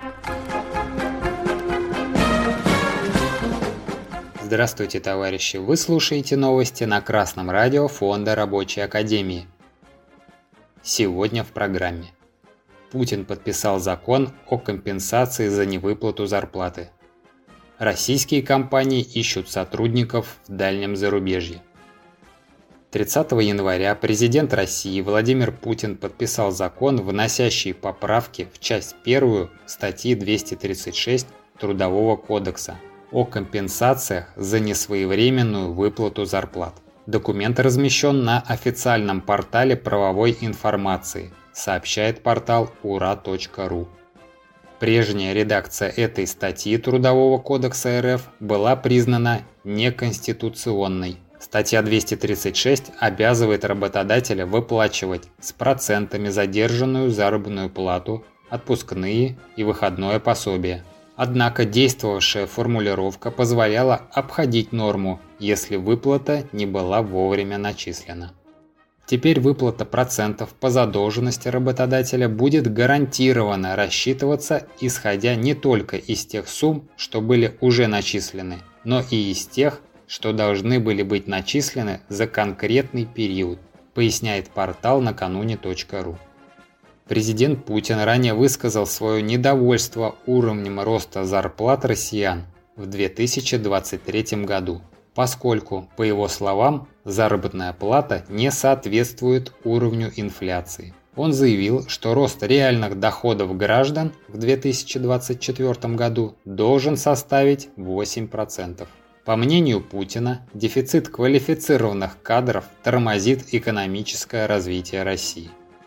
Здравствуйте, товарищи! Вы слушаете новости на Красном радио Фонда Рабочей Академии. Сегодня в программе. Путин подписал закон о компенсации за невыплату зарплаты. Российские компании ищут сотрудников в дальнем зарубежье. 30 января президент России Владимир Путин подписал закон, вносящий поправки в часть 1 статьи 236 Трудового кодекса о компенсациях за несвоевременную выплату зарплат. Документ размещен на официальном портале правовой информации, сообщает портал ура.ру. Прежняя редакция этой статьи Трудового кодекса РФ была признана неконституционной. Статья 236 обязывает работодателя выплачивать с процентами задержанную заработную плату, отпускные и выходное пособие. Однако действовавшая формулировка позволяла обходить норму, если выплата не была вовремя начислена. Теперь выплата процентов по задолженности работодателя будет гарантированно рассчитываться, исходя не только из тех сумм, что были уже начислены, но и из тех, что должны были быть начислены за конкретный период, поясняет портал накануне.ру. Президент Путин ранее высказал свое недовольство уровнем роста зарплат россиян в 2023 году, поскольку, по его словам, заработная плата не соответствует уровню инфляции. Он заявил, что рост реальных доходов граждан в 2024 году должен составить 8%. По мнению Путина, дефицит квалифицированных кадров тормозит экономическое развитие России.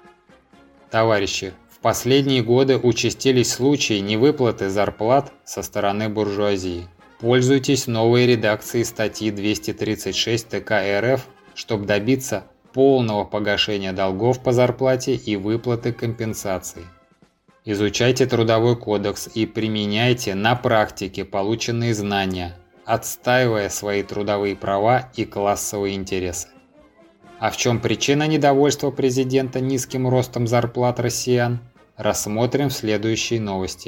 Товарищи, в последние годы участились случаи невыплаты зарплат со стороны буржуазии. Пользуйтесь новой редакцией статьи 236 ТК РФ, чтобы добиться полного погашения долгов по зарплате и выплаты компенсаций. Изучайте Трудовой кодекс и применяйте на практике полученные знания, отстаивая свои трудовые права и классовые интересы. А в чем причина недовольства президента низким ростом зарплат россиян? Рассмотрим в следующей новости.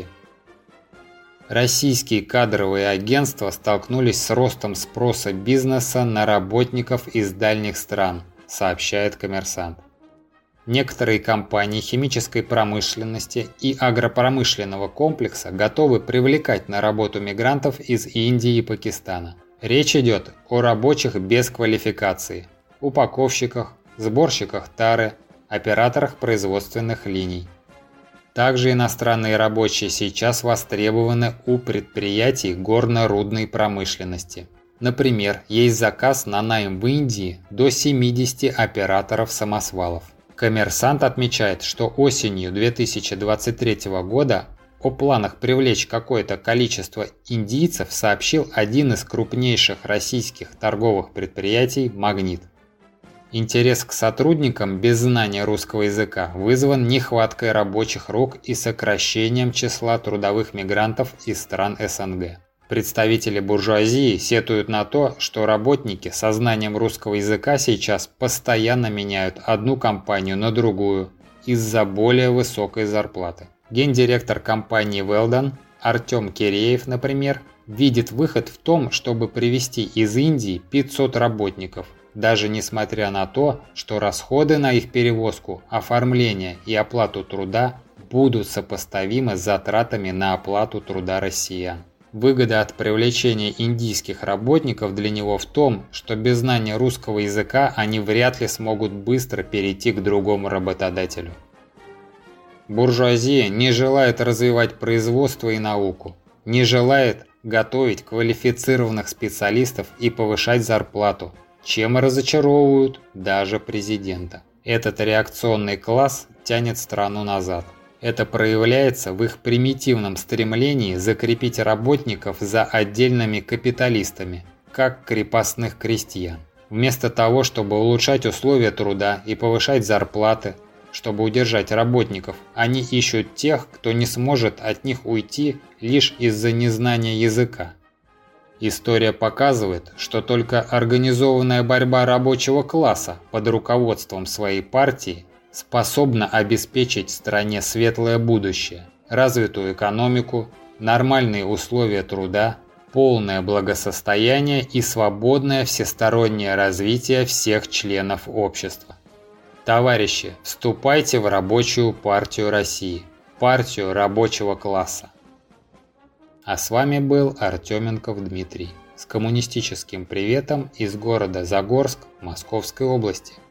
Российские кадровые агентства столкнулись с ростом спроса бизнеса на работников из дальних стран, сообщает «Коммерсант». Некоторые компании химической промышленности и агропромышленного комплекса готовы привлекать на работу мигрантов из Индии и Пакистана. Речь идет о рабочих без квалификации, упаковщиках, сборщиках тары, операторах производственных линий. Также иностранные рабочие сейчас востребованы у предприятий горно-рудной промышленности. Например, есть заказ на найм в Индии до 70 операторов самосвалов. «Коммерсант» отмечает, что осенью 2023 года о планах привлечь какое-то количество индийцев сообщил один из крупнейших российских торговых предприятий «Магнит». Интерес к сотрудникам без знания русского языка вызван нехваткой рабочих рук и сокращением числа трудовых мигрантов из стран СНГ. Представители буржуазии сетуют на то, что работники со знанием русского языка сейчас постоянно меняют одну компанию на другую из-за более высокой зарплаты. Гендиректор компании Weldon Артем Киреев, например, видит выход в том, чтобы привезти из Индии 500 работников, даже несмотря на то, что расходы на их перевозку, оформление и оплату труда будут сопоставимы с затратами на оплату труда россиян. Выгода от привлечения индийских работников для него в том, что без знания русского языка они вряд ли смогут быстро перейти к другому работодателю. Буржуазия не желает развивать производство и науку, не желает готовить квалифицированных специалистов и повышать зарплату, чем разочаровывают даже президента. Этот реакционный класс тянет страну назад. Это проявляется в их примитивном стремлении закрепить работников за отдельными капиталистами, как крепостных крестьян. Вместо того, чтобы улучшать условия труда и повышать зарплаты, чтобы удержать работников, они ищут тех, кто не сможет от них уйти лишь из-за незнания языка. История показывает, что только организованная борьба рабочего класса под руководством своей партии способна обеспечить стране светлое будущее. развитую экономику, нормальные условия труда, полное благосостояние и свободное всестороннее развитие всех членов общества. Товарищи, вступайте в Рабочую партию России, партию рабочего класса. А с вами был Артеменков Дмитрий с коммунистическим приветом из города Загорск Московской области.